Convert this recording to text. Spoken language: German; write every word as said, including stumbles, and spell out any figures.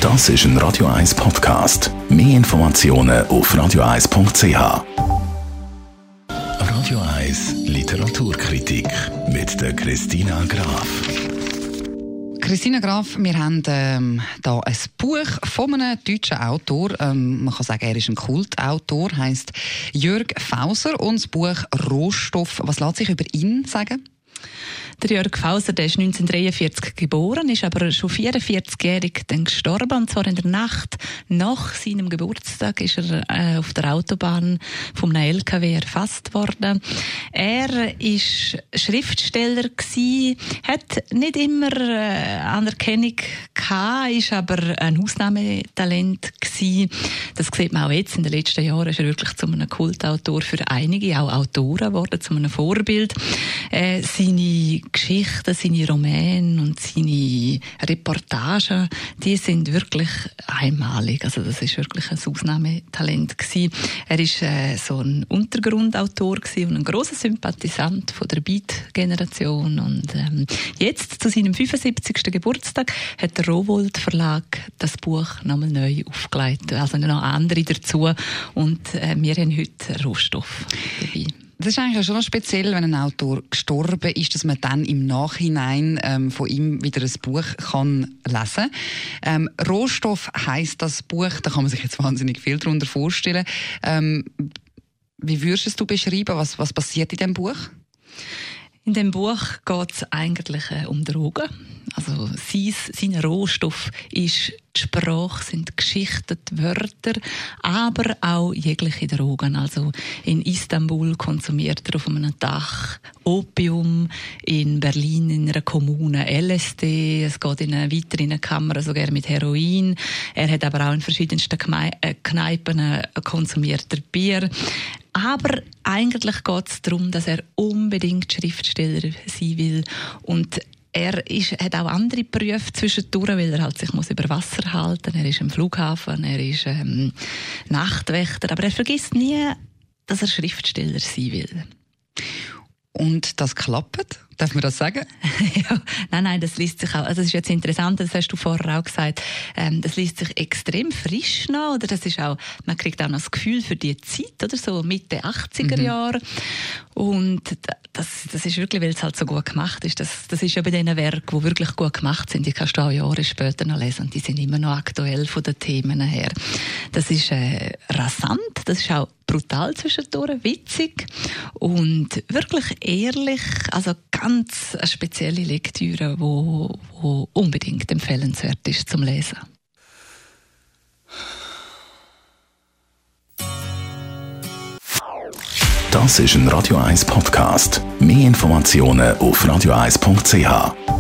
Das ist ein Radio eins Podcast. Mehr Informationen auf radio eins punkt c h. Radio eins Literaturkritik mit der Christina Graf. Christina Graf, wir haben ähm, hier ein Buch von einem deutschen Autor. Ähm, man kann sagen, er ist ein Kultautor, heisst Jörg Fauser. Und das Buch Rohstoff. Was lässt sich über ihn sagen? Der Jörg Fauser, der ist neunzehnhundertdreiundvierzig geboren, ist aber schon vierundvierzigjährig dann gestorben. Und zwar in der Nacht nach seinem Geburtstag ist er äh, auf der Autobahn von einem L K W erfasst worden. Er ist Schriftsteller gsi, hat nicht immer äh, Anerkennung gehabt, ist aber ein Ausnahmetalent gsi. Das sieht man auch jetzt. In den letzten Jahren ist er wirklich zu einem Kultautor für einige, auch Autoren geworden, zu einem Vorbild. Äh, seine Geschichten, seine Romane und seine Reportagen, die sind wirklich einmalig. Also das ist wirklich ein Ausnahmetalent gewesen. Er ist äh, so ein Untergrundautor gewesen und ein grosser Sympathisant von der Beat-Generation. Und ähm, jetzt, zu seinem fünfundsiebzigsten Geburtstag, hat der Rowohlt Verlag das Buch nochmal neu aufgelegt. Also noch andere dazu. Und äh, wir haben heute Rohstoff dabei. Das ist eigentlich schon speziell, wenn ein Autor gestorben ist, dass man dann im Nachhinein ähm, von ihm wieder ein Buch kann lesen. Ähm, Rohstoff heisst das Buch, da kann man sich jetzt wahnsinnig viel darunter vorstellen. Ähm, wie würdest du beschreiben, was, was passiert in diesem Buch? In dem Buch geht es eigentlich äh, um Drogen. Also sein, sein Rohstoff ist die Sprache, sind die Geschichten, die Wörter, aber auch jegliche Drogen. Also in Istanbul konsumiert er auf einem Dach Opium, in Berlin in einer Kommune L S D, es geht in eine weitere Kammer sogar mit Heroin. Er hat aber auch in verschiedensten Kneipen konsumiert er Bier. Aber eigentlich geht es darum, dass er unbedingt Schriftsteller sein will. Und er ist, hat auch andere Berufe zwischendurch, weil er halt sich muss über Wasser halten muss. Er ist am Flughafen, er ist ähm, Nachtwächter. Aber er vergisst nie, dass er Schriftsteller sein will. Und das klappt? Darf man das sagen? Ja, nein, nein, das liest sich auch, also das ist jetzt interessant, das hast du vorher auch gesagt, ähm, das liest sich extrem frisch noch, oder das ist auch, man kriegt auch noch das Gefühl für die Zeit, oder so Mitte achtziger Jahre. Mhm. Und das, das ist wirklich, weil es halt so gut gemacht ist, das, das ist ja bei diesen Werken, die wirklich gut gemacht sind, die kannst du auch Jahre später noch lesen und die sind immer noch aktuell von den Themen her. Das ist äh, rasant, das ist auch brutal zwischendurch, witzig und wirklich ehrlich, also ganz eine spezielle Lektüre, wo, wo unbedingt empfehlenswert ist zum Lesen. Das ist ein Radio eins Podcast. Mehr Informationen auf radio eins punkt c h.